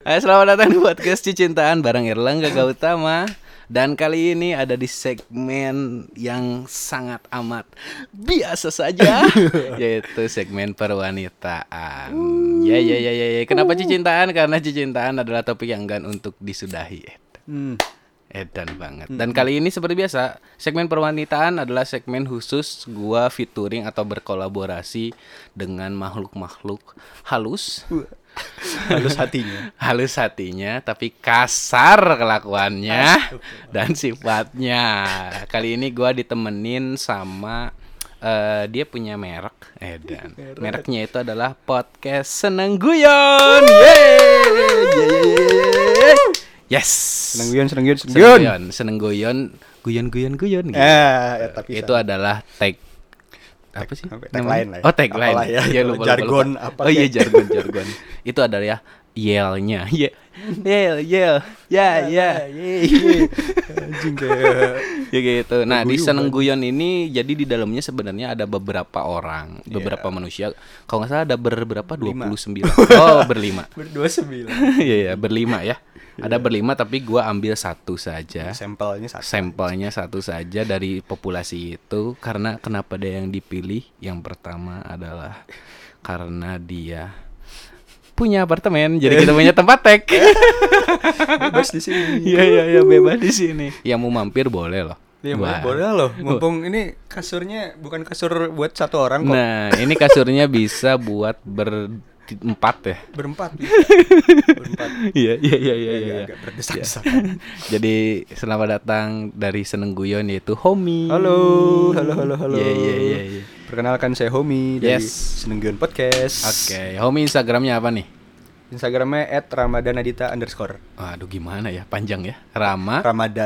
Selamat datang di podcast Cicintaan bareng Erlangga Gautama. Dan kali ini ada di segmen yang sangat amat biasa saja, yaitu segmen perwanitaan. Ya. Kenapa Cicintaan? Karena Cicintaan adalah topik yang enggan untuk disudahi. Edan banget. Dan kali ini seperti biasa, segmen perwanitaan adalah segmen khusus gua featuring atau berkolaborasi dengan makhluk-makhluk halus. Halus hatinya tapi kasar kelakuannya dan sifatnya. Kali ini gua ditemenin sama dia punya merek. Dan mereknya itu adalah podcast Seneng Guyon. Yes. Seneng guyon. Guyon. Gitu. Itu adalah tag apa sih? Tagline lah. Oh, tagline. Ya, jargon lupa. apa? Oh iya, jargon. Itu adalah ya yell-nya. Yell. Ya. Anjing kayak Ya gitu. Nah, di Seneng Guyon ini jadi di dalamnya sebenarnya ada beberapa orang, beberapa manusia. Kalau enggak salah ada berapa? 29. Oh, berlima. Berdua 9. Iya, berlima ya. Ada berlima tapi gua ambil satu saja. Sampelnya satu saja dari populasi itu. Karena kenapa dia yang dipilih? Yang pertama adalah karena dia punya apartemen, jadi kita punya tempat tag. Bebas di sini. Iya, bebas di sini. Yang mau mampir boleh loh. Iya, boleh loh. Mumpung ini kasurnya bukan kasur buat satu orang kok. Nah, ini kasurnya bisa buat berempat ya. Berempat. Iya. Agak berdesak-desakan. Jadi selamat datang dari Seneng Guyon yaitu Homi. Halo. Iya. Perkenalkan saya Homi dari Seneng Guyon Podcast. Oke, Homi Instagramnya apa nih? Instagramnya @ramadanadita_. Waduh, gimana ya? Panjang ya. Rama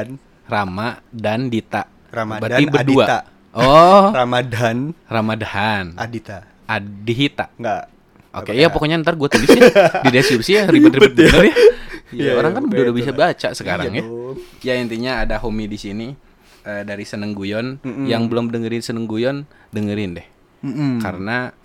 dan Dita. Ramadan berarti berdua. Adita. Oh. Ramadan Adihita. Enggak. Oke, ya pokoknya ntar gue tulis ya di deskripsi ya, ribet-ribet bener ya. Ya orang kan udah bisa baca sekarang ya. Ya intinya ada Homi di sini dari Seneng Guyon. Yang belum dengerin Seneng Guyon, dengerin deh. Karena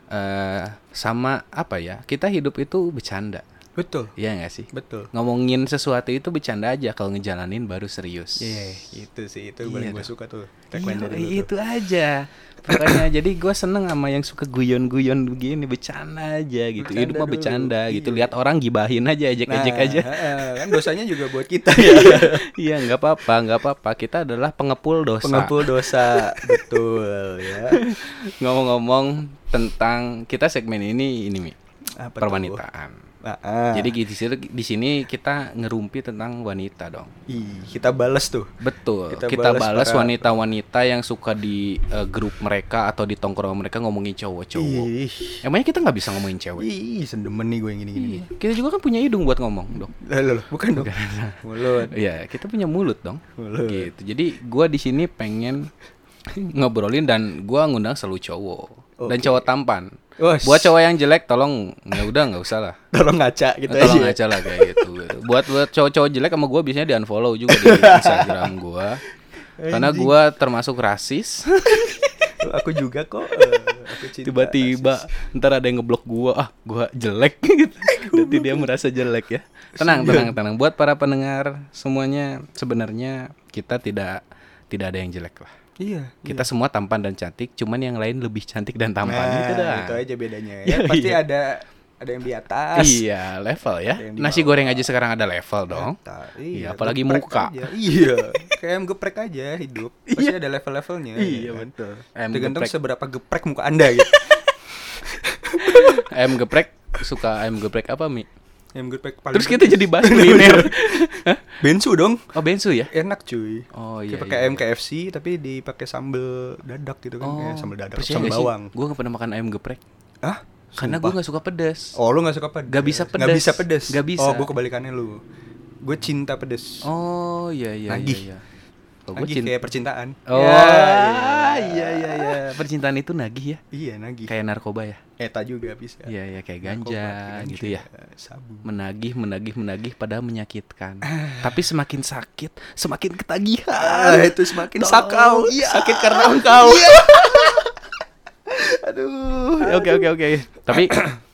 sama apa ya? Kita hidup itu bercanda. Betul. Iya enggak sih? Betul. Ngomongin sesuatu itu bercanda aja, kalau ngejalanin baru serius. Iya, itu sih itu paling gue suka tuh. Itu aja. Pokoknya jadi gue seneng sama yang suka guyon-guyon begini, bercanda aja gitu. Hidup mah bercanda gitu. Lihat orang gibahin aja, ejek-ejek aja. Kan dosanya juga buat kita ya. Iya, enggak apa-apa. Kita adalah pengepul dosa. Betul ya. Ngomong-ngomong tentang kita segmen ini Mi. Apa perwanitaan. Jadi di sini kita ngerumpi tentang wanita dong. Kita balas tuh. Betul. Kita balas wanita-wanita yang suka di grup mereka atau di tongkrongan mereka ngomongin cowok-cowok. Emangnya kita nggak bisa ngomongin cewek? Sendemen nih gue yang gini-gini. Kita juga kan punya hidung buat ngomong dong. Loh, bukan dong. Mulut. Iya, kita punya mulut dong. Gitu. Jadi gue di sini pengen ngobrolin dan gue ngundang selalu cowok dan cowok tampan. Buat cowok yang jelek tolong nggak usah lah. Tolong ngaca gitu aja. Tolong ngaca lah kayak gitu. Buat cowok-cowok jelek sama gue biasanya di unfollow juga di Instagram gue. Karena gue termasuk rasis. Aku juga kok. Tiba-tiba ntar ada yang ngeblok gue. Gue jelek gitu. Berarti dia merasa jelek ya. Tenang. Buat para pendengar semuanya, sebenarnya kita tidak ada yang jelek lah. Iya. Kita semua tampan dan cantik, cuman yang lain lebih cantik dan tampan gitu dah. Itu aja bedanya. Ya pasti ada yang di atas. Iya, level ya. Nasi goreng aja sekarang ada level dong. Iya, apalagi muka. Iya. Kayak ayam geprek aja hidup. Pasti ada level-levelnya. Iya, betul. Tergantung seberapa geprek muka Anda gitu. Ayam geprek suka ayam geprek apa, Mi? Ayam geprek paling. Terus kita jadi bahas kuliner. Bensu dong. Oh, bensu ya? Enak cuy. Oh iya. Kayak pakai ayam KFC tapi dipakai sambal dadak gitu kan. Kayak sambal dadak, sambal bawang. Gue gak pernah makan ayam geprek. Hah? Karena gue gak suka pedas. Oh, lu gak suka pedas? Gak bisa pedas. Gak bisa. Oh, gue kebalikannya lu. Gue cinta pedas. Oh iya. Nagih. Nagih kayak percintaan. Oh iya. Percintaan itu nagih ya? Iya, nagih. Kayak narkoba ya? Eta juga bisa. Iya, kayak ganja gitu ya. Sabu. Menagih padahal menyakitkan. Tapi semakin sakit, semakin ketagihan. Itu semakin sakau. Sakit karena engkau. Aduh. Oke. Tapi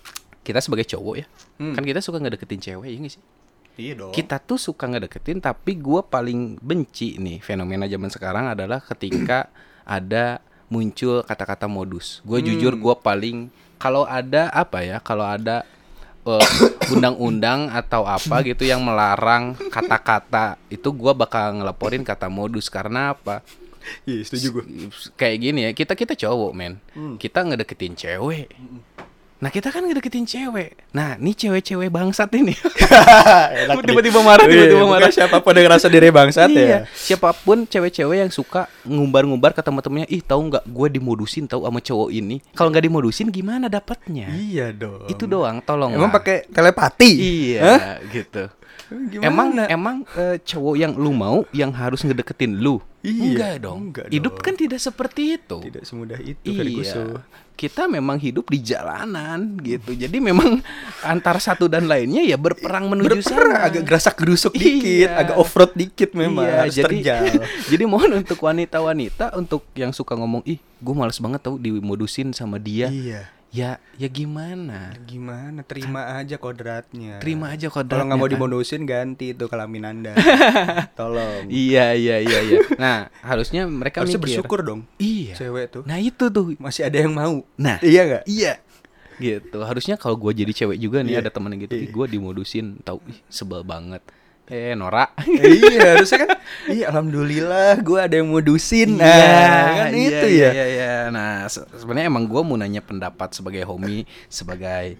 kita sebagai cowok ya, Hmm. kan kita suka ngedeketin cewek ya nggak sih? Iya dong. Kita tuh suka ngedeketin, tapi gue paling benci nih fenomena zaman sekarang adalah ketika ada muncul kata-kata modus. Gue jujur gue paling kalau ada apa ya, kalau ada undang-undang atau apa gitu yang melarang kata-kata itu, gue bakal ngelaporin kata modus. Karena apa? Iya, setuju gue. Kayak gini ya, kita cowok men, kita ngedeketin cewek. Nah kita kan ngedeketin cewek. Nah nih cewek-cewek bangsat ini tiba-tiba marah, tiba-tiba marah. Siapapun yang ngerasa diri bangsat ya. Iya, siapapun cewek-cewek yang suka ngumbar-ngumbar ke teman-temannya, ih tahu nggak gue dimodusin tahu sama cowok ini. Kalau nggak dimodusin gimana dapatnya? Iya dong. Itu doang, tolong. Emang pakai telepati? Iya, gitu. Gimana? Emang cowok yang lu mau yang harus ngedeketin lu? Iya, Enggak dong. enggak Hidup dong. kan tidak seperti itu. Tidak semudah itu, Iya, Ferguson. kita memang hidup di jalanan gitu. Jadi memang antara satu dan lainnya ya berperang menuju Berperang, sana. agak gerasak-gerusuk Iya. dikit, agak off-road dikit memang, Iya, harus jadi terjal. jadi mohon untuk wanita-wanita untuk yang suka ngomong, ih, gue males banget tau dimodusin sama dia. Iya. Ya gimana? Gimana? Terima aja kodratnya. Terima aja kodratnya. Kalau nggak mau kan. dimodusin ganti itu kelamin Anda. Tolong. Iya. Nah, harusnya mereka Harusnya mikir. bersyukur dong. Iya. Cewek tuh. Nah, itu tuh. Masih ada yang mau. Nah, Iya nggak? iya. Gitu. Harusnya kalau gue jadi cewek juga nih, Iya. ada temen yang gitu, Iya. gue dimodusin, tahu, ih, sebel banget. Nora. Iya, harusnya kan. Iya, alhamdulillah gue ada yang modusin. Nah, kan itu ya. Iya. Nah, sebenarnya emang gue mau nanya pendapat sebagai homie, sebagai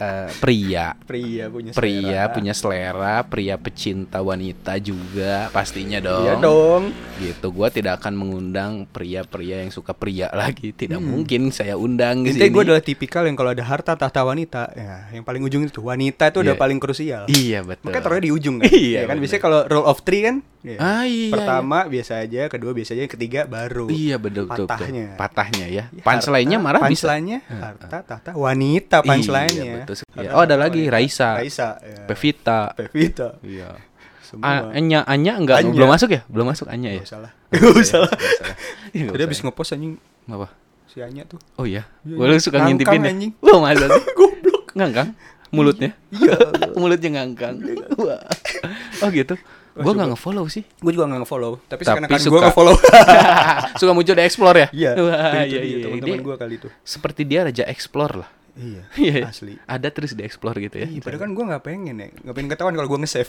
pria. Pria punya Pria selera. punya selera, pria pecinta wanita juga pastinya dong. Iya dong. Gitu, gue tidak akan mengundang pria-pria yang suka pria lagi. Tidak mungkin saya undang di Intinya sini. gue adalah tipikal yang kalau ada harta tahta wanita, ya yang paling ujung itu wanita itu udah Iya. paling krusial. Iya betul. Makanya taruhnya di ujung kan. Iya, Ya kan bener. biasanya kalau rule of three kan. Ya. Ah, iya, Pertama biasa aja, kedua biasa aja, ketiga baru. Iya betul betul. Patahnya. Patahnya ya. Punchline-nya marah bisa. Punchline-nya harta tahta wanita punchline-nya. Iya, betul. Harta, Iya. Oh, ada tahta, lagi wanita. Raisa. Raisa. Ya. Pevita. Pevita. Iya. Semua. Anya enggak Anya. belum masuk ya? Belum masuk Anya ya? Gak salah. Gak salah. Iya, nggak Tadi usah abis ya. ngepost anjing Apa? si Anya tuh. Oh iya. Iya, Gue suka ngangkang, ngintipin ya. anjing. Wah, masa sih? Goblok. Ngangkang mulutnya. Iya. Mulutnya ngangkang. Wah. Oh gitu. Gue coba. nggak nge-follow sih. Gue juga gak nge-follow. Tapi Tapi sekarang gue suka. nge-follow. Suka muncul di explore ya? Iya. Wah, Itu iya dia, iya. teman-teman Dia gue kali itu. seperti dia raja explore lah. Iya. Iya. Asli. Ada terus di explore gitu ya. Iya, padahal kan gue gak pengen ya. Gak pengen ketahuan kalau gue nge-save.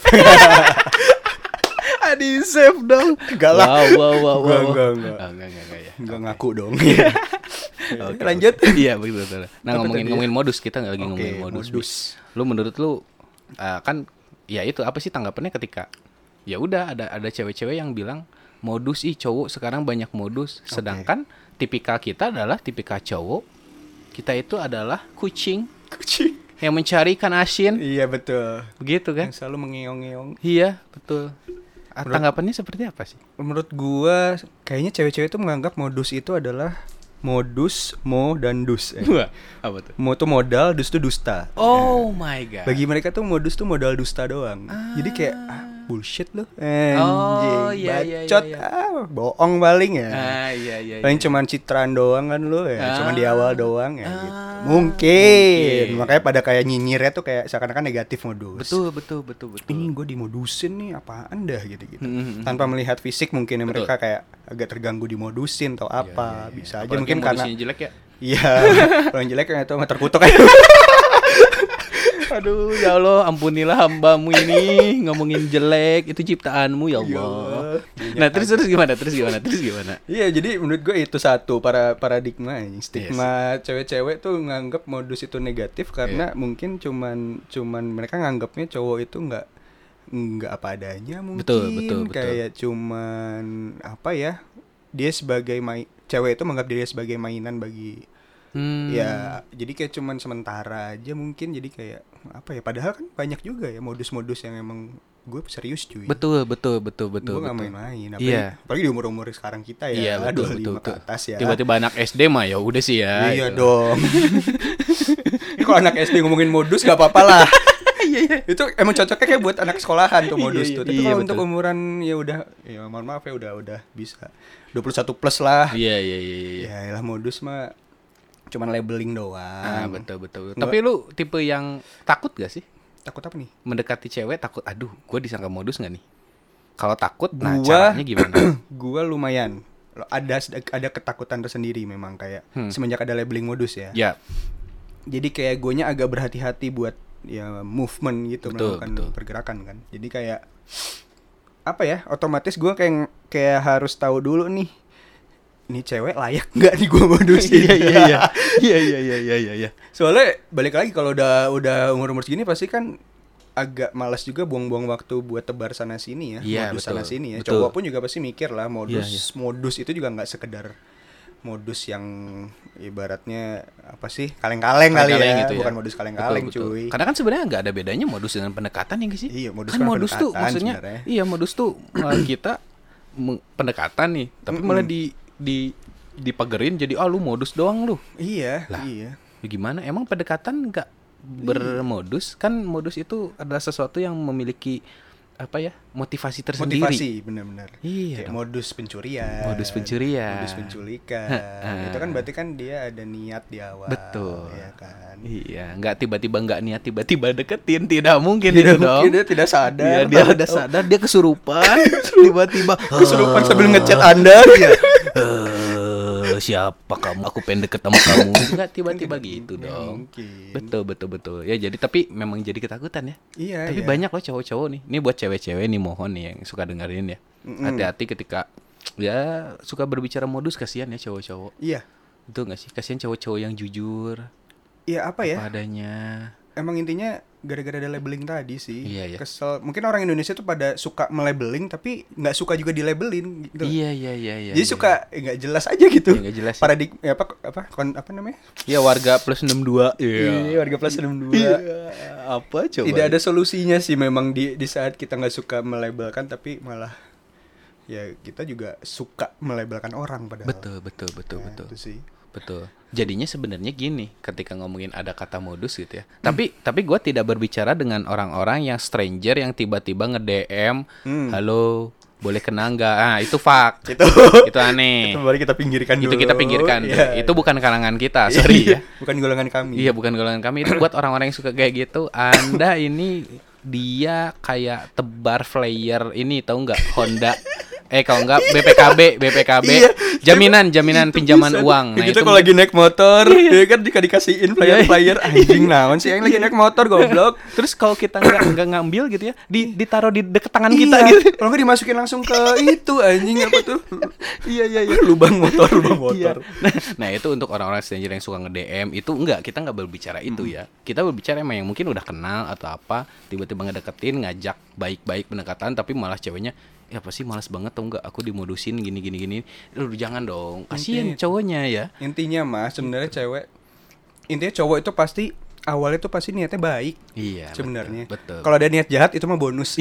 Di save dong. Enggak lah. Wow. Enggak. Oh, enggak ya. Enggak ngaku dong. Oke, Lanjut. Iya betul. Nah, Apa ngomongin tadi? modus, kita nggak lagi Oke, ngomongin modus. modus. Lu menurut lu kan ya itu apa sih tanggapannya ketika ya udah ada cewek-cewek yang bilang modus, ih cowok sekarang banyak modus, sedangkan tipikal kita adalah tipikal cowok, kita itu adalah kucing Kucing. yang mencari ikan asin, Iya betul. begitu kan? Yang selalu mengeong-ngeong. Iya betul. Tanggapannya seperti apa sih? Menurut gua kayaknya cewek-cewek itu menganggap modus itu adalah modus, mo dan dus. Wah, apa tuh? Mo tuh modal, dus tuh dusta. Oh my god. Bagi mereka tuh modus tuh modal dusta doang. Jadi kayak bullshit lu. Anjing. Oh, iya, Bacot. iya. Bohong paling ya. Iya. Paling cuman citraan doang kan lu ya. Cuman di awal doang ya gitu. Mungkin. Mungkin. Makanya pada kayak nyinyirnya tuh kayak seakan-akan negatif modus. Betul. Ini gue dimodusin nih apaan dah gitu-gitu. Hmm. Tanpa melihat fisik mungkin ya, Betul. mereka kayak agak terganggu dimodusin atau apa. Iya. Bisa aja Apalagi mungkin karena modusnya jelek ya. iya, kalau yang jelek kan itu mah terkutuk kan. Aduh ya Allah, ampunilah hambamu ini ngomongin jelek, itu ciptaanmu ya Allah. Nah terus gimana? Iya, jadi menurut gue itu satu paradigma ini. Stigma cewek-cewek tuh nganggap modus itu negatif karena mungkin cuman mereka nganggapnya cowok itu nggak apa adanya mungkin. Betul. Kayak cuman apa ya? Dia sebagai cewek itu menganggap dirinya sebagai mainan bagi ya, jadi kayak cuman sementara aja mungkin, jadi kayak apa ya, padahal kan banyak juga ya modus-modus yang emang gue serius cuy. Betul. Gue gak main-main, apalagi di umur-umur sekarang kita ya. Iya betul. 25 ke atas ya. Tiba-tiba anak SD mah ya udah sih ya. Iya gitu. dong. Ini kalau anak SD ngomongin modus gak apa-apa lah. Iya. Itu emang cocoknya kayak buat anak sekolahan tuh modus Iya, tuh. Tapi iya, kalau betul. untuk umuran ya udah, ya mohon maaf ya udah bisa 21 plus lah. Iya. Ya lah modus mah cuman labeling doang. Betul. Tapi lu tipe yang takut gak sih? Takut apa nih? Mendekati cewek takut, aduh, gue disangka modus gak nih? Kalau takut, nah caranya gimana? Gua lumayan. Ada ketakutan tersendiri memang kayak semenjak ada labeling modus ya. Ya. Jadi kayak guanya agak berhati-hati buat ya movement gitu, melakukan pergerakan kan. Jadi kayak apa ya? Otomatis gua kayak harus tahu dulu nih. Ini cewek layak nggak nih gua modusin? Iya. Soalnya balik lagi kalau udah umur segini pasti kan agak malas juga buang-buang waktu buat tebar sana sini ya, modus sana sini ya. Cowok pun juga pasti mikir lah modus itu juga nggak sekedar modus yang ibaratnya apa sih kaleng-kaleng kali ya, gitu bukan modus kaleng-kaleng cuy. Karena kan sebenarnya nggak ada bedanya modus dengan pendekatan ya sih. Iya, modus kan modus tuh maksudnya sebenarnya. Iya, modus tuh kita pendekatan nih, tapi malah dipagerin jadi lu modus doang lu. Iya. Ya gimana? Emang pendekatan nggak bermodus? Kan modus itu adalah sesuatu yang memiliki apa ya, motivasi tersendiri. Motivasi, benar-benar. Iya. Kayak modus pencurian, modus penculikan. Itu kan berarti kan dia ada niat di awal. Betul. Ya kan. Iya, nggak tiba-tiba nggak niat tiba-tiba deketin, tidak mungkin itu dong. Dia tidak sadar. Dia udah sadar, dia kesurupan, tiba-tiba kesurupan sambil ngechat Anda. Siapa kamu? Aku pengen deket sama kamu. Enggak tiba-tiba gitu dong. Betul. Ya jadi tapi memang jadi ketakutan ya. Iya. Tapi banyak loh cowok-cowok nih. Ini buat cewek-cewek nih, mohon nih yang suka dengerin ya. Hati-hati ketika ya suka berbicara modus, kasihan ya cowok-cowok. Iya. Betul enggak sih? Kasihan cowok-cowok yang jujur. Iya apa ya? Apa adanya. Emang intinya gara-gara ada labeling tadi sih. Iya. Kesel. Mungkin orang Indonesia tuh pada suka melabeling tapi nggak suka juga dilabelin gitu. Iya. Jadi suka nggak jelas aja gitu. Nggak jelas. Apa namanya? Ya warga plus 62. Iya, warga plus 62. Iya. Apa coba? Tidak ada solusinya sih memang di saat kita nggak suka melabelkan tapi malah ya kita juga suka melabelkan orang padahal. Betul. Itu sih. Betul. Jadinya sebenarnya gini, ketika ngomongin ada kata modus gitu ya. Tapi gue tidak berbicara dengan orang-orang yang stranger yang tiba-tiba nge-DM, halo, boleh kenal nggak? Ah, itu fak. Itu aneh. Itu baru kita pinggirkan dulu. Itu kita pinggirkan. Yeah. Itu bukan kalangan kita, sorry ya. Bukan golongan kami. Iya, bukan golongan kami. Itu buat orang-orang yang suka kayak gitu. Anda ini dia kayak tebar flyer ini, tahu nggak? Honda. Kalau enggak BPKB, jaminan pinjaman uang. Nah, kita kalau lagi naik motor, ya kan dikasihin flyer anjing naon sih yang lagi naik motor goblok. Terus kalau kita enggak ngambil gitu ya, ditaruh di deket tangan kita gitu. Kalau enggak dimasukin langsung ke itu anjing apa tuh? Iya. Lubang motor. Iya. Nah, itu untuk orang-orang stranger yang suka nge-DM itu kita enggak berbicara itu ya. Kita berbicara emang yang mungkin udah kenal atau apa, tiba-tiba ngedeketin, ngajak baik-baik pendekatan tapi malah ceweknya ya pasti malas banget tau nggak aku dimodusin gini. Lu jangan dong, kasian cowoknya ya. Intinya sebenarnya cowok itu pasti awalnya tuh pasti niatnya baik. Iya, sebenarnya. Betul. Kalau ada niat jahat itu mah bonus.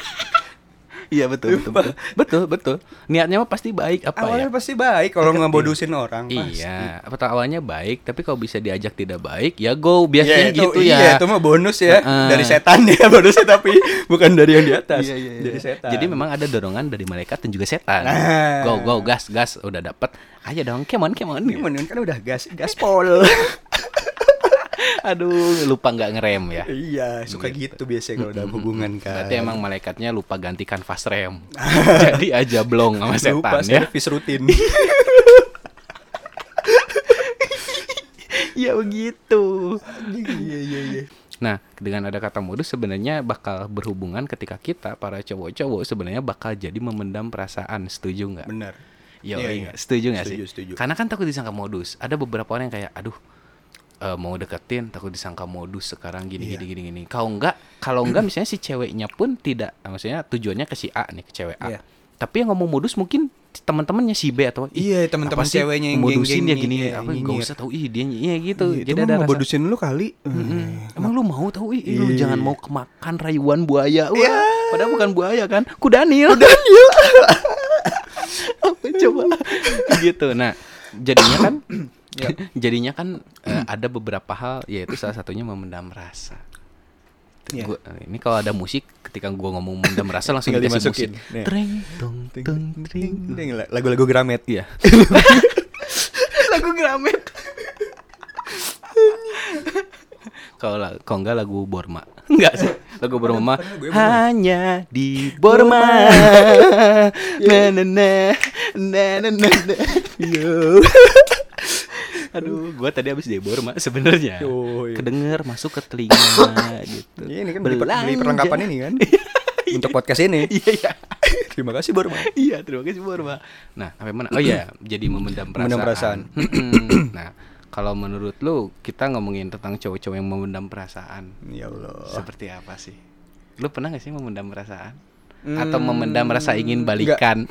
Iya betul. Niatnya mah pasti baik awalnya pasti baik kalau ngebodusin orang. Iya. Apa awalnya baik, tapi kalau bisa diajak tidak baik, ya go biasanya gitu ya. Iya, itu mah bonus ya dari setan ya bonusnya tapi bukan dari yang di atas. Iya. Dari setan. Jadi memang ada dorongan dari malaikat dan juga setan. Go gas udah dapet. Ayo dong, come on. Kan udah gaspol. Aduh, lupa nggak ngerem ya. Iya, suka gitu biasanya kalau dalam hubungan kan. Berarti emang malaikatnya lupa gantikan fast rem. Jadi aja blong sama setan lupa ya. Servis rutin. Ya begitu. Iya. Nah, dengan ada kata modus sebenarnya bakal berhubungan ketika kita para cowok-cowok sebenarnya bakal jadi memendam perasaan. Setuju nggak? Benar. Iya. Setuju nggak sih? Setuju. Karena kan takut disangka modus. Ada beberapa orang yang kayak, aduh, mau deketin takut disangka modus sekarang gini. Kalau enggak misalnya si ceweknya pun tidak, maksudnya tujuannya ke si A nih, ke cewek A. Tapi yang ngomong modus mungkin teman-temannya si B atau teman-teman ceweknya yang modusin ya gini, apa enggak usah tahu dia gitu. Jadi ada modusin lu kali. Emang lu mau tahu lu jangan mau kemakan rayuan buaya. Wah, padahal bukan buaya kan, kudanil. Coba gitu. Nah, jadinya kan ada beberapa hal, yaitu salah satunya memendam rasa. Ini kalau ada musik ketika gue ngomong memendam rasa langsung dikasih musik. Tring tong tring. Lagu-lagu Gramet. Iya. Lagu Gramet. Kalau enggak lagu Borma. Enggak sih. Lagu Borma Padahal gue hanya di Borma. Na na na na na na. Yo. Aduh, gua tadi habis di Borma sebenarnya. Oh, iya. Kedenger masuk ke telinga gitu. Iya, ini kan beli perlengkapan ini kan. Untuk podcast ini. Iya, iya. Terima kasih Borma. Iya, terima kasih Borma. Nah, sampai mana? Oh iya, jadi memendam perasaan. Memendam perasaan. Nah, kalau menurut lu kita ngomongin tentang cowok-cowok yang memendam perasaan. Ya Allah. Seperti apa sih? Lu pernah gak sih memendam perasaan? Atau memendam rasa ingin balikan?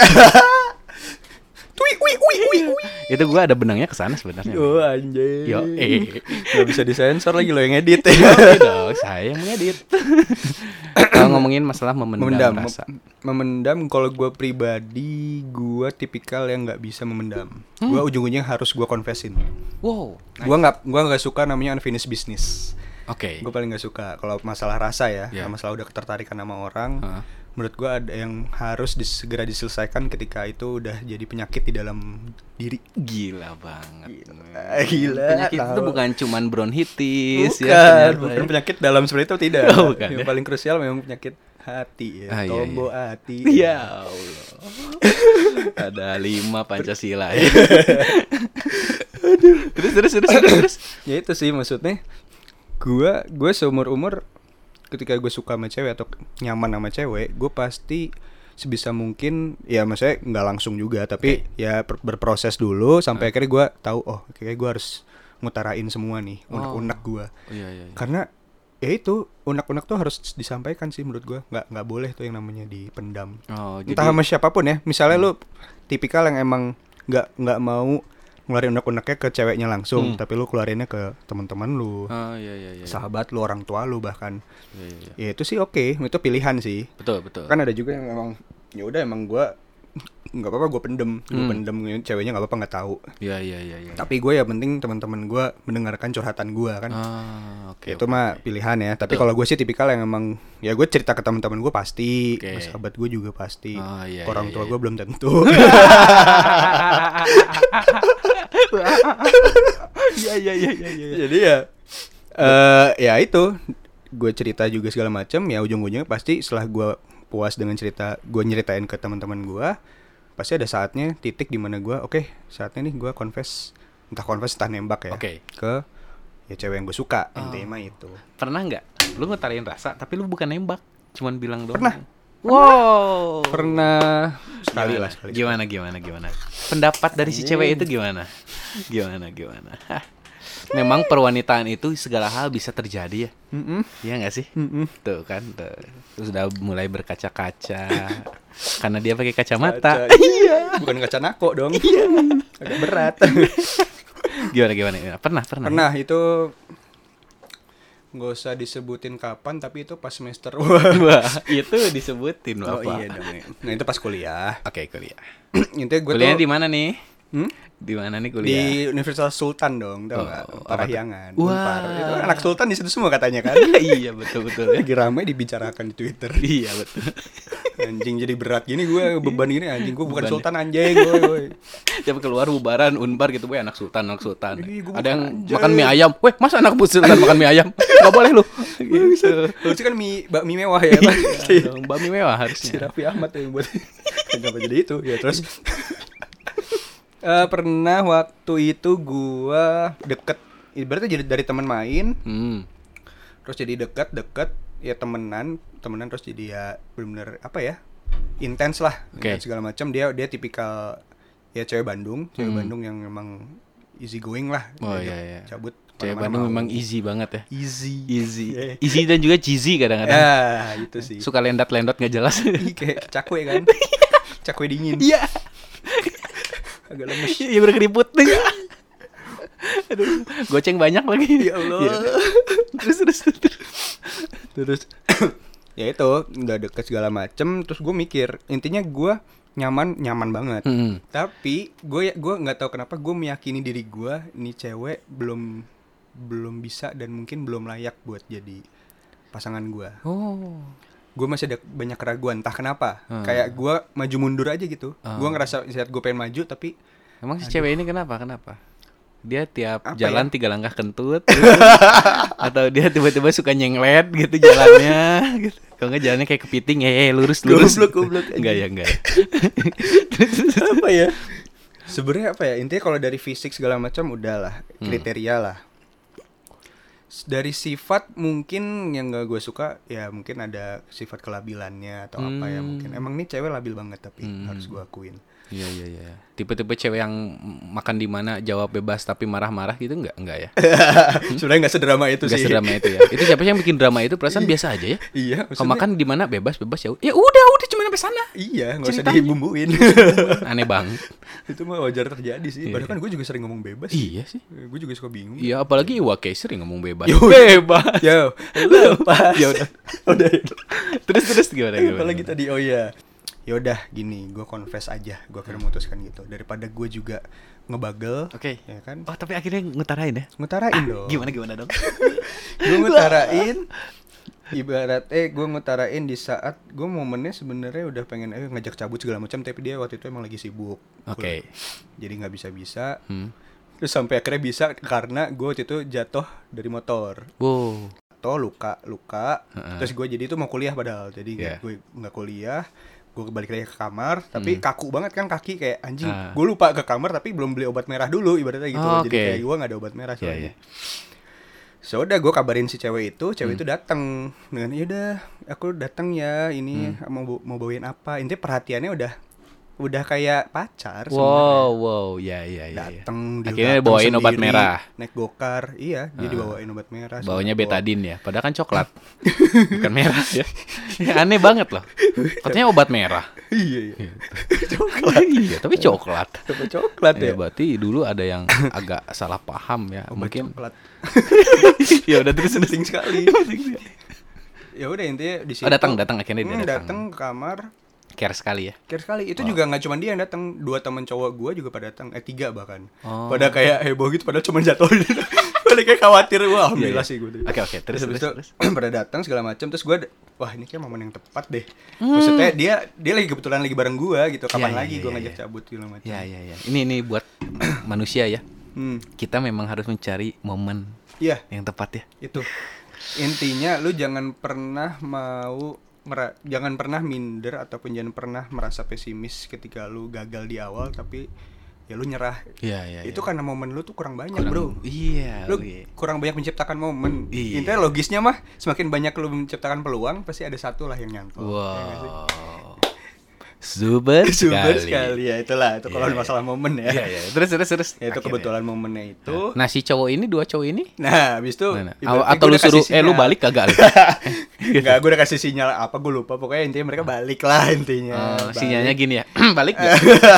Itu gua ada benangnya ke sana sebenarnya. Yo anjay. Yo, Gak bisa disensor lagi lo yang edit. Oke dong, saya yang mengedit. Kalau ngomongin masalah memendam rasa. Memendam kalau gue pribadi, gue tipikal yang nggak bisa memendam. Gue ujung-ujungnya harus gue confessin. Wow. Gue nggak suka namanya unfinished business. Oke. Gue paling nggak suka kalau masalah rasa ya, Yeah. masalah udah ketertarikan sama orang. Menurut gue ada yang harus segera diselesaikan ketika itu udah jadi penyakit di dalam diri. Gila banget. Gila. Penyakit itu bukan cuman bronkitis Bukan penyakit dalam seperti itu tidak. Oh, bukan, Yang ya. paling krusial memang penyakit hati ya. Iya, Tombo iya. hati. Ya Allah. Ada 5 Pancasila ya. Terus. Ya itu sih maksudnya. Gue seumur-umur ketika gue suka sama cewek atau nyaman sama cewek, gue pasti sebisa mungkin ya maksudnya nggak langsung juga tapi ya berproses dulu sampai akhirnya gue tahu oh kayak gue harus ngutarain semua nih unek-unek gue. Iya. Karena ya itu unek-unek tuh harus disampaikan sih menurut gue, nggak boleh tuh yang namanya dipendam. Entah sama siapapun ya, misalnya lu tipikal yang emang nggak mau ngeluarin unek-uneknya ke ceweknya langsung, tapi lu keluarinnya ke teman-teman lu, Iya. sahabat lu, orang tua lu bahkan. Iya. Ya itu sih oke, itu pilihan sih. Betul. Kan ada juga yang emang ya udah emang gue nggak apa-apa gue pendem, ceweknya nggak apa-apa nggak tahu. Iya. Tapi gue ya penting teman-teman gue mendengarkan curhatan gue kan. Oke. Itu mah pilihan ya. Tapi kalau gue sih tipikal yang emang ya gue cerita ke teman-teman gue pasti, ke sahabat gue juga pasti, ke orang tua gue belum tentu. Iya. Jadi ya itu gue cerita juga segala macam ya ujung-ujungnya pasti setelah gue puas dengan cerita gue nyeritain ke teman-teman gue pasti ada saatnya titik di mana gue oke, saatnya nih gue confess entah nembak ya ke ya cewek yang gue suka. Intinya mah itu. Pernah nggak lu ngutarain rasa tapi lu bukan nembak, cuman bilang doang? Pernah. Wow. Pernah sekali. Gimana? Pendapat dari si cewek itu gimana? Memang perwanitaan itu segala hal bisa terjadi ya. Iya nggak sih? Tuh kan, terus udah mulai berkaca-kaca karena dia pakai kacamata. Iya. Bukan kaca nako dong. Iya. Agak berat. Gimana? Pernah. Pernah itu nggak usah disebutin kapan tapi itu pas semester. Wah, itu disebutin apa? Oh iya dong. Nah itu pas kuliah. Oke, kuliah. Intinya gue kuliah tuh di mana nih? Di mana nih kuliah? Di Universitas Sultan dong, tau nggak? Parahyangan. Wah. Unpar. Itu anak Sultan di situ semua katanya kan. Iya betul. Lagi ramai dibicarakan di Twitter. Iya betul. Anjing jadi berat gini gue, beban gini anjing gue bukan beban Sultan anjing gue. Tiap keluar bubaran Unpar gitu, anak Sultan. Ada yang anjing. makan mie ayam. Weh, masa anak Sultan makan mie ayam? Gak boleh lu. Gitu. Harusnya kan bakmi mewah ya. Iya, bakmi mewah harusnya. Si Raffi Ahmad yang buat. Kenapa jadi itu? Ya terus pernah waktu itu gue deket, ibaratnya jadi dari teman main, terus jadi deket ya temenan terus jadi ya benar-benar apa ya intens lah, segala macam. Dia tipikal ya cewek Bandung yang memang easy going lah. Iya. Cabut cewek Bandung memang easy banget ya. Easy dan juga cheesy kadang-kadang. Ya itu sih. Suka lendat-lendot nggak jelas. Kayak cakwe kan. Cakwe dingin. Iya. Agak lemes. Iya berkeriput. Aduh, goceng banyak lagi. Ya Allah. Ya. Terus. Ya itu udah deket segala macem. Terus gue mikir intinya gue nyaman banget. Tapi gue nggak tahu kenapa gue meyakini diri gue ini cewek belum bisa dan mungkin belum layak buat jadi pasangan gue. Gue masih ada banyak keraguan, entah kenapa. Kayak gue maju mundur aja gitu. Gue ngerasa saat gue pengen maju tapi emang si cewek ini kenapa? Dia tiap Apa jalan ya? 3 langkah kentut gitu. Atau dia tiba-tiba suka nyenglet gitu jalannya gitu. Kalau enggak jalannya kayak kepiting, lurus. Goblok, Enggak ya, enggak. Apa ya? Sebenarnya apa ya? Intinya kalau dari fisik segala macam udahlah, kriteria lah. Dari sifat mungkin yang gak gue suka ya mungkin ada sifat kelabilannya atau apa ya mungkin. Emang nih cewek labil banget tapi harus gue akuin. Iya. Tipe-tipe cewek yang makan di mana jawab bebas tapi marah-marah gitu enggak ya? Sebenarnya gak sedrama itu Enggak sih. sedrama itu ya. Itu siapa sih yang bikin drama itu? Perasaan biasa aja ya. Iya, Kalau maksudnya makan di mana bebas ya. Ya udah cuma sampai sana. iya, gak usah Ceritanya. dibumbuin. Aneh banget. Itu mah wajar terjadi sih. Padahal kan gue juga sering ngomong bebas. Iya sih. Gue juga suka bingung. Iya, apalagi Iwake sering ngomong bebas. Yo. Bebas. Yo, lepas. Ya udah. Udah. Terus gimana? Apalagi tadi ya udah gini, gue confess aja, gue akan memutuskan gitu daripada gue juga ngebagel, Oke. ya kan? Oh, tapi akhirnya ngutarain ya? Ngutarain dong. Gimana dong? Gue ngutarain, gue ngutarain di saat gue momennya sebenarnya udah pengen ngajak cabut segala macam, tapi dia waktu itu emang lagi sibuk. Oke. Jadi nggak bisa. Terus sampai akhirnya bisa karena gue waktu itu jatuh dari motor. Wow. Atau luka. Terus gue jadi itu mau kuliah padahal, jadi gue nggak kuliah. Gue balik lagi ke kamar, tapi kaku banget kan kaki kayak anjing. Gue lupa ke kamar tapi belum beli obat merah dulu ibaratnya gitu. Jadi kayak gue nggak ada obat merah soalnya. So udah gue kabarin si cewek itu datang dengan yaudah aku datang ya ini mau bawain apa. Intinya perhatiannya udah kayak pacar sebenarnya. Wow, ya. Datang Akhirnya bawain obat merah. Naik gokar, dia dibawain obat merah. Bawanya betadine ya, padahal kan coklat. Bukan merah ya. Ya aneh banget loh. Katanya obat merah. Iya. Iya, tapi coklat. Obat coklat ya. Berarti dulu ada yang agak salah paham ya. Obat Mungkin coklat. ya udah terus Penting sekali. Ya udah intinya di situ. datang akhirnya dia datang ke kamar. Care sekali ya. Care sekali. Itu juga nggak cuma dia yang datang, 2 teman cowok gue juga pada datang, 3 bahkan. Pada kayak heboh gitu, padahal cuma jatuh. Pada kayak khawatir, wah alhamdulillah sih gue. Oke, terus. Pada datang segala macam, terus gue, wah ini kayak momen yang tepat deh. Maksudnya dia lagi kebetulan lagi bareng gue gitu, kapan lagi gue ngajak cabut segala macam. Ya. Ini buat manusia ya. Kita memang harus mencari momen yang tepat ya. Itu. Intinya lu jangan pernah minder ataupun jangan pernah merasa pesimis ketika lu gagal di awal tapi ya lu nyerah. Iya. Itu karena momen lu tuh kurang banyak, bro. Iya. Lu kurang banyak menciptakan momen. Iya. Intinya logisnya mah semakin banyak lu menciptakan peluang pasti ada satu lah yang nyantol. Wow. Super sekali ya itulah itu kalau masalah momen ya. Iya. Terus. Ya, itu kebetulan momennya itu. Nah, si cowok ini, 2 cowok ini. Nah, habis itu atau lu suruh lu balik kagak? Enggak, gue udah kasih sinyal apa gue lupa. Pokoknya intinya mereka balik lah intinya. Sinyalnya gini ya. Balik gak?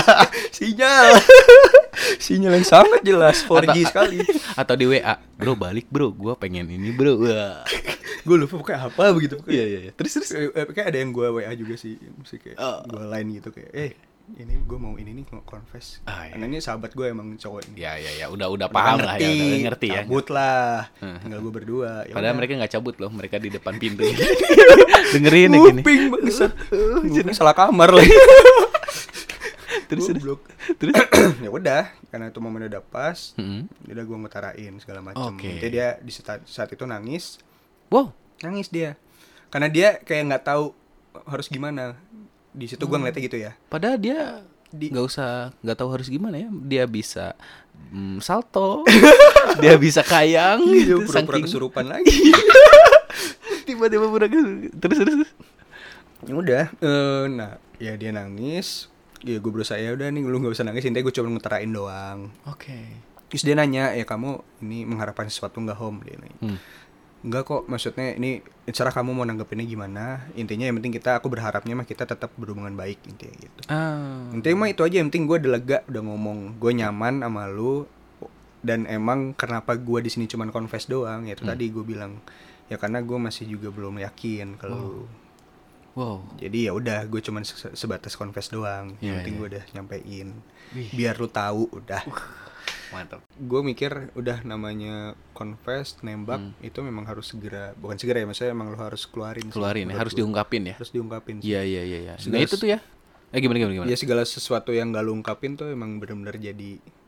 Sinyal yang sangat jelas 4G sekali. Atau di WA, bro balik bro, gue pengen ini bro. Wah. Gue lupa pokoknya apa begitu. Iya. Terus. Kayak ada yang gue WA juga sih. Mesti kayak gue line gitu kayak ini gue mau ini nih confess. Karena ini sahabat gue emang cowok ini. Ya, udah paham lah ya, udah ngerti ya. Cabut lah. Tinggal gue berdua. Padahal mereka enggak cabut loh, mereka di depan pintu. Dengerin ya gini. Nguping bangsat. Jadi salah kamar lagi. Terus ya udah, karena itu momen udah pas. Udah gue ngutarain segala macam. Jadi dia di saat itu nangis. Wow, nangis dia. Karena dia kayak enggak tahu harus gimana. Di situ gue ngeliatnya gitu ya. Padahal dia nggak tahu harus gimana ya. Dia bisa salto, dia bisa kayang, gitu, pura-pura kesurupan lagi. Tiba-tiba terus. Ya udah, nah ya dia nangis. Ya gue berusaha ya udah nih lu nggak usah nangis. Intinya gue cuma ngutarain doang. Oke. Terus dia nanya ya kamu ini mengharapkan sesuatu nggak Hom? Dia nanya. Enggak kok, maksudnya ini cara kamu mau nanggepinnya gimana. Intinya yang penting aku berharapnya mah kita tetap berhubungan baik intinya gitu. Intinya mah itu aja, yang penting gue udah lega, udah ngomong gue nyaman sama lu. Dan emang kenapa gue di sini cuman confess doang, ya itu tadi gue bilang ya karena gue masih juga belum yakin kalau jadi ya udah gue cuman sebatas confess doang. Yang penting gue udah nyampein. Biar lu tahu udah. Mantap. Gue mikir udah namanya confess, nembak itu memang harus bukan segera ya, maksudnya emang lo harus keluarin ya, harus diungkapin ya. Harus diungkapin. Iya. Nah itu tuh ya. Gimana? Ya segala sesuatu yang gak lo ungkapin tuh emang benar-benar jadi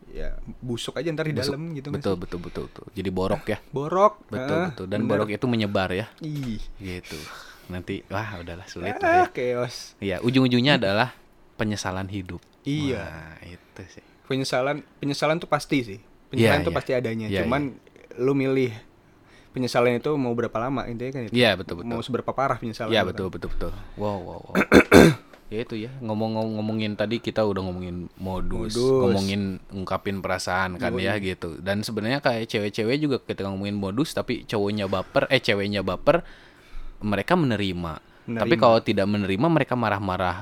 ya busuk aja ntar di dalam gitu. Betul. Jadi borok ya. Borok. Betul. Dan bener. borok itu menyebar ya. Ih. Gitu. Nanti wah udahlah sulit lah ya. Chaos. Iya, ujung-ujungnya adalah penyesalan hidup. Iya. Wah, itu sih. Penyesalan tuh pasti sih. Penyesalan tuh pasti adanya. Cuman lu milih penyesalan itu mau berapa lama intinya kan itu. Iya, betul. Mau seberapa parah penyesalan. Iya, betul. Wow. Ya itu ya, ngomongin tadi kita udah ngomongin modus. Ngomongin ungkapin perasaan kan ya gitu. Dan sebenarnya kayak cewek-cewek juga ketika ngomongin modus tapi ceweknya baper, mereka menerima. Tapi kalau tidak menerima mereka marah-marah,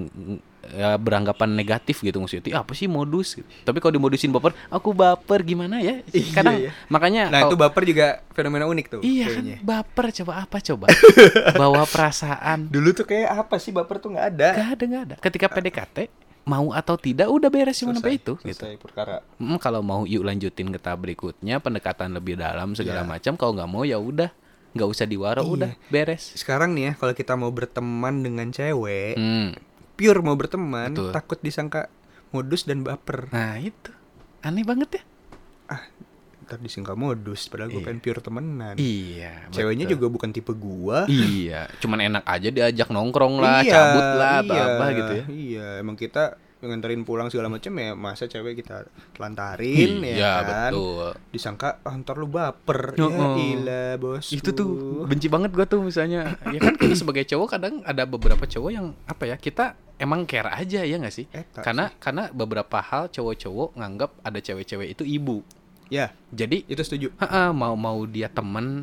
ya beranggapan negatif gitu maksudnya. Apa sih modus gitu. Tapi kalau dimodusin baper, aku baper gimana ya? Kadang makanya itu baper juga fenomena unik tuh. Iya kayaknya. Kan baper coba bawa perasaan. Dulu tuh kayak apa sih baper tuh nggak ada. Nggak ada. Ketika PDKT mau atau tidak udah beres cuma sampai itu selesai gitu. Perkara. Kalau mau yuk lanjutin ke tahap berikutnya, pendekatan lebih dalam segala macam. Kalau nggak mau ya udah, nggak usah diwaro, udah beres. Sekarang nih ya kalau kita mau berteman dengan cewek, pure mau berteman, takut disangka modus dan baper. Nah itu aneh banget ya. Ntar disangka modus padahal gue pengen pure temenan. Iya. Ceweknya juga bukan tipe gua. Iya. Cuman enak aja diajak nongkrong lah, cabut lah, apa gitu ya. Iya. Emang kita nganterin pulang segala macam ya, masa cewek kita telantarin ya kan. Betul. Disangka ntar lu baper. Ya gila bos. Itu tuh benci banget gua tuh misalnya. Ya kan kita sebagai cowok kadang ada beberapa cowok yang apa ya, kita emang care aja ya nggak sih? Karena beberapa hal cowok-cowok nganggap ada cewek-cewek itu ibu. Ya, jadi itu setuju. Mau dia teman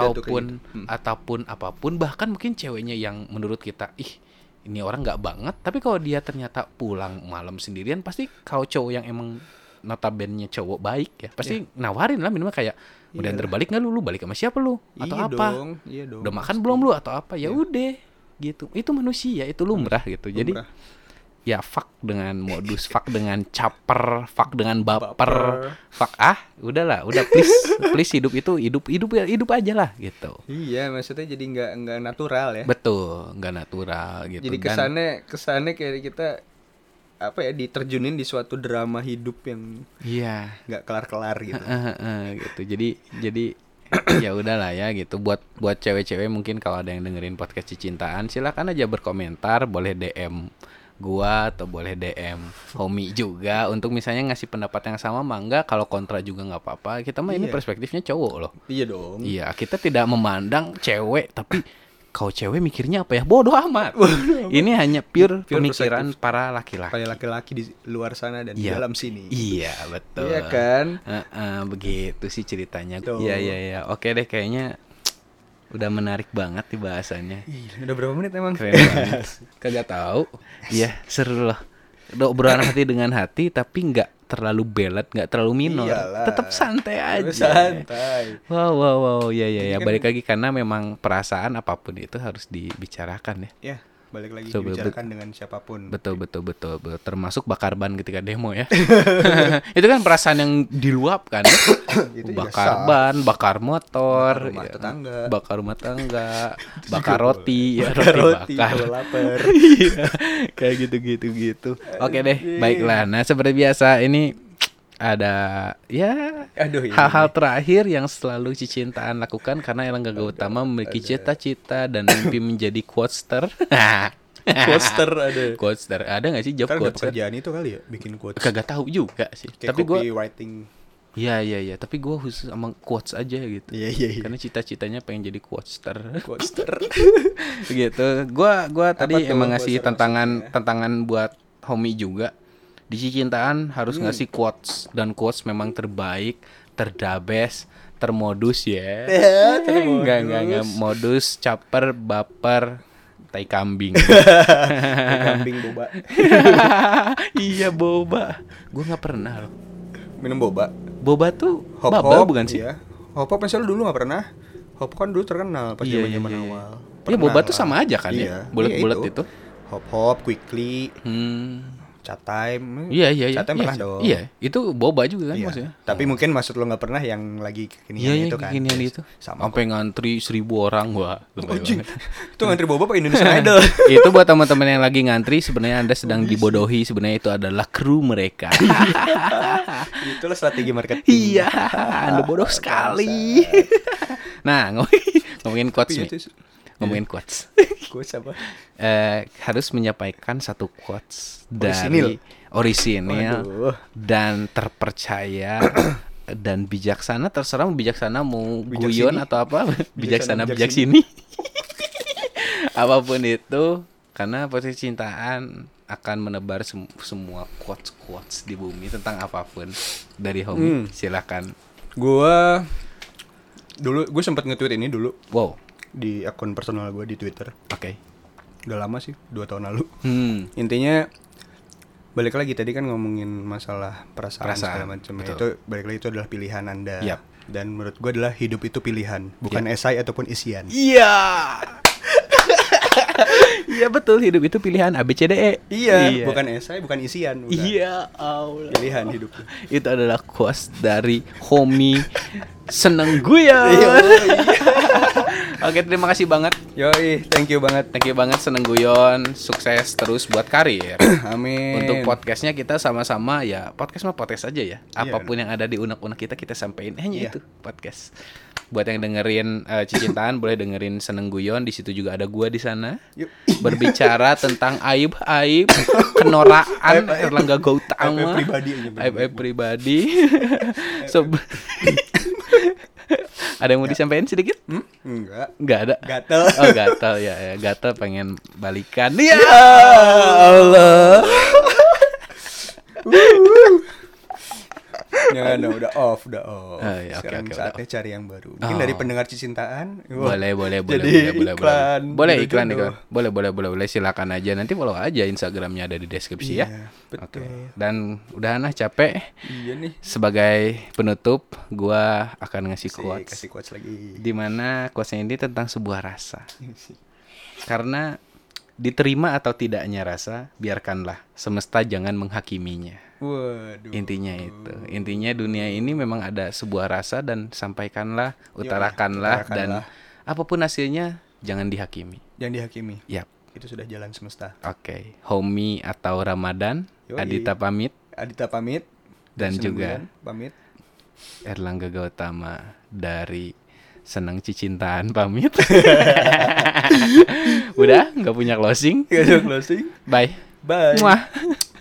ataupun apapun, bahkan mungkin ceweknya yang menurut kita ini orang nggak banget, tapi kalau dia ternyata pulang malam sendirian, pasti kalau cowok yang emang notabene cowok baik ya, pasti nawarin lah minimal kayak udah antar balik nggak lu balik sama siapa lu atau apa, udah makan belum lu atau apa, ya udah gitu. Itu manusia, itu lumrah gitu. Jadi ya fuck dengan modus, fuck dengan caper, fuck dengan baper. Fuck udahlah, please hidup itu hidup aja lah gitu. Iya, maksudnya jadi nggak natural ya. Betul, nggak natural gitu. Jadi kesannya kayak kita apa ya, diterjunin di suatu drama hidup yang nggak kelar-kelar gitu. Gitu. Jadi ya udahlah ya gitu. Buat cewek-cewek mungkin kalau ada yang dengerin podcast Cicintaan, silakan aja berkomentar, boleh DM gua atau boleh DM Homie juga untuk misalnya ngasih pendapat yang sama, mangga. Kalau kontra juga nggak apa-apa. Kita mah ini perspektifnya cowok loh. Iya dong. Iya, kita tidak memandang cewek, tapi kalau cewek mikirnya apa ya? Bodoh amat. Ini hanya pure pemikiran para laki-laki. Para laki-laki di luar sana dan di dalam sini. Iya, betul. Iya kan? Begitu sih ceritanya. Iya. Oke deh, kayaknya udah menarik banget nih bahasannya. Udah berapa menit emang? Keren banget. Kagak tahu. Iya, seru loh. Udah obrolan hati dengan hati tapi nggak terlalu belat, nggak terlalu minor. Tetap santai aja. Santai. Wow. Iya. Balik lagi karena memang perasaan apapun itu harus dibicarakan ya. Iya. Balik lagi dibicarakan dengan siapapun. Betul. Termasuk bakar ban ketika demo ya. Itu kan perasaan yang diluapkan ya. Bakar ban, bakar motor, bakar rumah tangga, bakar roti, roti bakar. Lapar. Kayak gitu. Oke deh, baiklah. Nah, seperti biasa ini ada hal-hal terakhir yang selalu Cicintaan lakukan karena Erlangga Gautama memiliki cita-cita dan mimpi menjadi quotester. Quotester ada nggak sih job quotester? Pekerjaan itu kali ya bikin quotes. Kagak tahu juga sih. Kayak tapi gue copywriting. Iya. Tapi gue khusus sama quotes aja gitu. Iya. Karena cita-citanya pengen jadi quotester. Gitu. Gue tadi emang ngasih tantangan buat Homie juga. Di Cicintaan harus ngasih quotes, dan quotes memang terbaik, terdabes, termodus ya. Enggak modus, caper, baper, tai kambing. Tai kambing boba. Iya boba. Gue nggak pernah loh minum boba. Boba tuh bubble bukan sih? Iya. Hop misalnya dulu nggak pernah. Hop kan dulu terkenal pas zaman awal. Iya boba tuh sama aja kan ya, bulat-bulat itu. Hop quickly. Chat time. Iya. Chat time pernah dong. Iya, itu boba juga kan Iya. maksudnya. Tapi mungkin maksud lo nggak pernah yang lagi kekinian Iya, itu kan. kekinian itu. Sama Sampai ngantri 1.000 orang, wah. Lebay Anjing. banget. Itu ngantri boba apa Indonesian Idol? Itu buat teman-teman yang lagi ngantri, sebenarnya Anda sedang dibodohi, sebenarnya itu adalah kru mereka. Itulah strategi marketing. Iya, Anda bodoh sekali. Nah, ngomongin quotes nih. Ngomongin quotes. Quotes apa? Harus menyampaikan satu quotes Orisinil. dari orisinil Waduh. dan terpercaya dan bijaksana, terserah mau bijaksana mau Bijak guyon sini. atau apa. Bijaksana, bijak bijak sini. Apapun itu, karena posisi cintaan akan menebar semua quotes di bumi tentang apapun. Dari Homie, silakan. Gue sempat nge-tweet ini dulu Wow, di akun personal gue di Twitter. oke. Udah lama sih, 2 tahun lalu. Intinya Balik lagi tadi kan ngomongin masalah perasaan segala macam. betul. Itu balik lagi itu adalah pilihan Anda. Yap. Dan menurut gue adalah hidup itu pilihan, bukan esai ataupun isian. Iya. Iya betul, hidup itu pilihan ABCDE. Iya, bukan esai, bukan isian. Bukan. Iya, Allah. Pilihan hidup. Itu adalah quotes dari Homie Seneng Guyon. Oke, terima kasih banget. Yoi, thank you banget. Thank you banget Seneng Guyon. Sukses terus buat karir. Amin. Untuk podcastnya kita sama-sama ya, podcast mah podcast aja ya. Apapun yang ada di unek-unek kita sampein. Hanya itu podcast. Buat yang dengerin Cicintaan boleh dengerin Seneng Guyon. Di situ juga ada gua di sana. Yuk. Berbicara tentang aib-aib, kenoraan Erlangga Gautama. Aib-aib pribadi. Ada yang mau disampaikan sedikit? Enggak ada. Gatel. Oh, gatel ya. Gatel pengen balikan. Ya Allah. Ya, udah off. Oh, ya, Sekarang oke, saatnya cari yang baru. Mungkin dari pendengar Cicintaan. Boleh. Jadi iklan. Boleh Jodoh. iklan. Boleh, silakan aja. Nanti follow aja Instagramnya ada di deskripsi ya. Betul. Oke. Dan udah capek. Iya nih. Sebagai penutup, gua akan ngasih quotes. Kasih quotes lagi. Dimana quotesnya ini tentang sebuah rasa. Karena diterima atau tidaknya rasa, biarkanlah semesta jangan menghakiminya. Waduh. Intinya dunia ini memang ada sebuah rasa dan sampaikanlah, utarakanlah dan apapun hasilnya jangan dihakimi. Jangan dihakimi. Yap. Itu sudah jalan semesta. Oke. Homie atau Ramadan, Yoi. Adita pamit dan Seneng juga Guyon, pamit. Erlangga Gautama dari Seneng Cicintaan pamit. Udah, nggak punya closing. Gak ada closing. Bye. Bye. Muah.